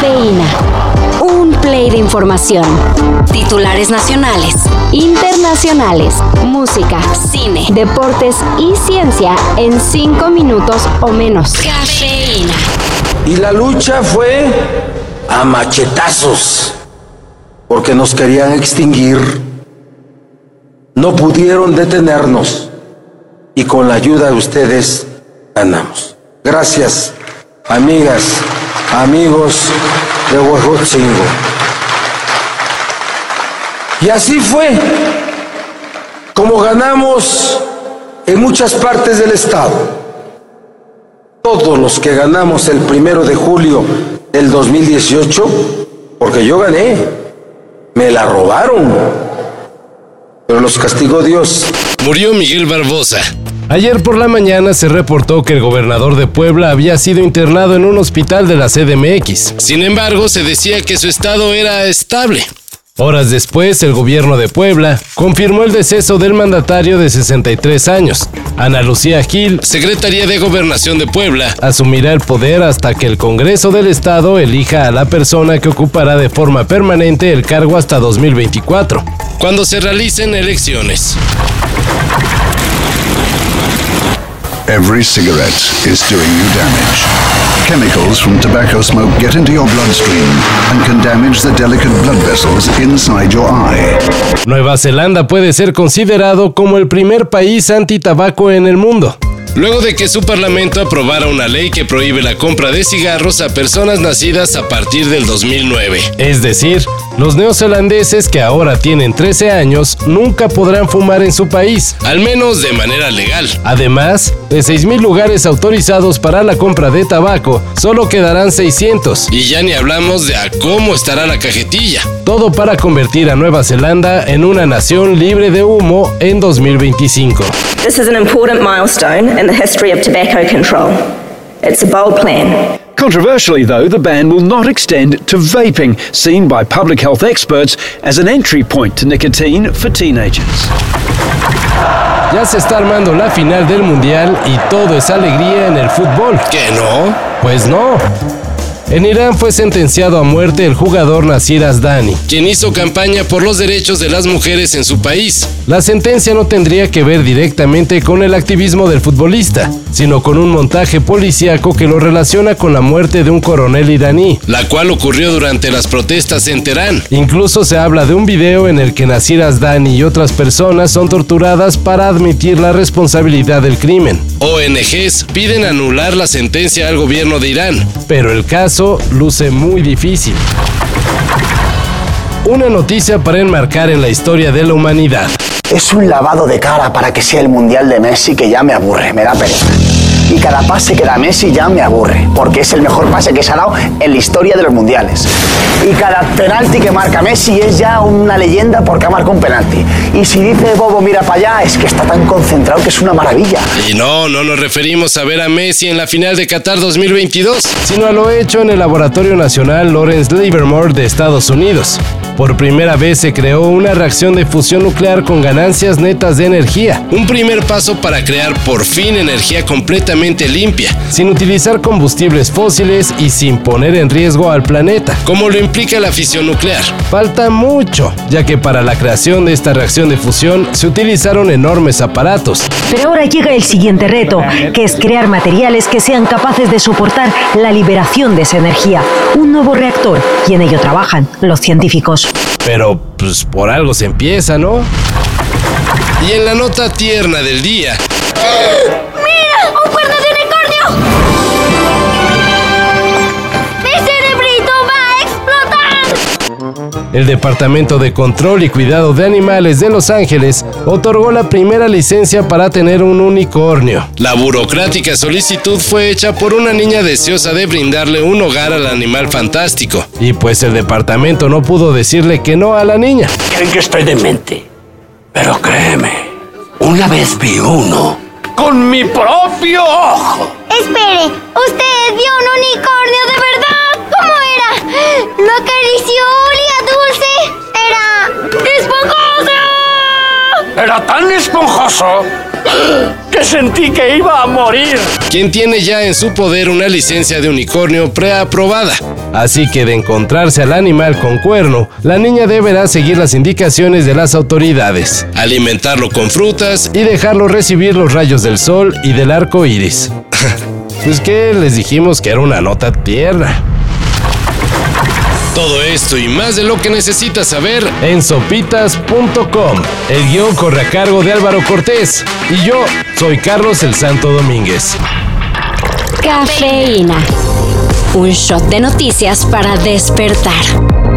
Cafeína. Un play de información. Titulares nacionales, internacionales, música, cine, deportes y ciencia en 5 minutos o menos. Cafeína. Y la lucha fue a machetazos, porque nos querían extinguir. No pudieron detenernos y con la ayuda de ustedes ganamos. Gracias, amigas, amigos de Huejotzingo. Y así fue como ganamos en muchas partes del estado. Todos los que ganamos el 1 de julio del 2018, porque yo gané, me la robaron, pero los castigó Dios. Murió Miguel Barbosa. Ayer por la mañana se reportó que el gobernador de Puebla había sido internado en un hospital de la CDMX. Sin embargo, se decía que su estado era estable. Horas después, el gobierno de Puebla confirmó el deceso del mandatario de 63 años. Ana Lucía Gil, Secretaría de Gobernación de Puebla, asumirá el poder hasta que el Congreso del Estado elija a la persona que ocupará de forma permanente el cargo hasta 2024, cuando se realicen elecciones. Every cigarette is doing you damage. Chemicals from tobacco smoke get into your bloodstream and can damage the delicate blood vessels inside your eye. Nueva Zelanda puede ser considerado como el primer país anti-tabaco en el mundo, luego de que su parlamento aprobara una ley que prohíbe la compra de cigarros a personas nacidas a partir del 2009. Es decir, los neozelandeses que ahora tienen 13 años nunca podrán fumar en su país, al menos de manera legal. Además, de 6,000 lugares autorizados para la compra de tabaco, solo quedarán 600. Y ya ni hablamos de a cómo estará la cajetilla. Todo para convertir a Nueva Zelanda en una nación libre de humo en 2025. This is an important milestone in the history of tobacco control. It's a bold plan. Controversially, though, the ban will not extend to vaping, seen by public health experts as an entry point to nicotine for teenagers. Ya se está armando la final del Mundial y todo es alegría en el fútbol. ¿Qué no? Pues no. En Irán fue sentenciado a muerte el jugador Nasir Asdani, quien hizo campaña por los derechos de las mujeres en su país. La sentencia no tendría que ver directamente con el activismo del futbolista, sino con un montaje policíaco que lo relaciona con la muerte de un coronel iraní, la cual ocurrió durante las protestas en Teherán. Incluso se habla de un video en el que Nasir Asdani y otras personas son torturadas para admitir la responsabilidad del crimen. ONGs piden anular la sentencia al gobierno de Irán, pero el caso luce muy difícil. Una noticia para enmarcar en la historia de la humanidad. Es un lavado de cara para que sea el Mundial de Messi, que ya me aburre, me da pereza. Y cada pase que da Messi ya me aburre, porque es el mejor pase que se ha dado en la historia de los mundiales. Y cada penalti que marca Messi es ya una leyenda porque ha marcado un penalti. Y si dice Bobo mira para allá, es que está tan concentrado que es una maravilla. Y no nos referimos a ver a Messi en la final de Qatar 2022, sino a lo hecho en el Laboratorio Nacional Lawrence Livermore de Estados Unidos. Por primera vez se creó una reacción de fusión nuclear con ganancias netas de energía. Un primer paso para crear por fin energía completamente limpia, sin utilizar combustibles fósiles y sin poner en riesgo al planeta, como lo implica la fisión nuclear. Falta mucho, ya que para la creación de esta reacción de fusión se utilizaron enormes aparatos. Pero ahora llega el siguiente reto, que es crear materiales que sean capaces de soportar la liberación de esa energía. Un nuevo reactor, y en ello trabajan los científicos. Pero, pues, por algo se empieza, ¿no? Y en la nota tierna del día... ¡Mira! ¡Un cuerno de unicornio! ¡Mi cerebrito va a explotar! El Departamento de Control y Cuidado de Animales de Los Ángeles otorgó la primera licencia para tener un unicornio. La burocrática solicitud fue hecha por una niña deseosa de brindarle un hogar al animal fantástico. Y pues el departamento no pudo decirle que no a la niña. Creen que estoy demente, pero créeme, una vez vi uno con mi propio ojo. Espere, ¿usted vio un unicornio de verdad? ¿Cómo era? ¿Lo acarició? ¿Olía dulce? ¿Era esponjoso? Era tan esponjoso que sentí que iba a morir. Quien tiene ya en su poder una licencia de unicornio preaprobada. Así que de encontrarse al animal con cuerno, la niña deberá seguir las indicaciones de las autoridades, alimentarlo con frutas y dejarlo recibir los rayos del sol y del arco iris. Pues que les dijimos que era una nota tierna. Todo esto y más de lo que necesitas saber en sopitas.com. El guión corre a cargo de Álvaro Cortés y yo soy Carlos el Santo Domínguez. Cafeína. Un shot de noticias para despertar.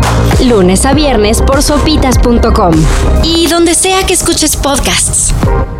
Lunes a viernes por sopitas.com y donde sea que escuches podcasts.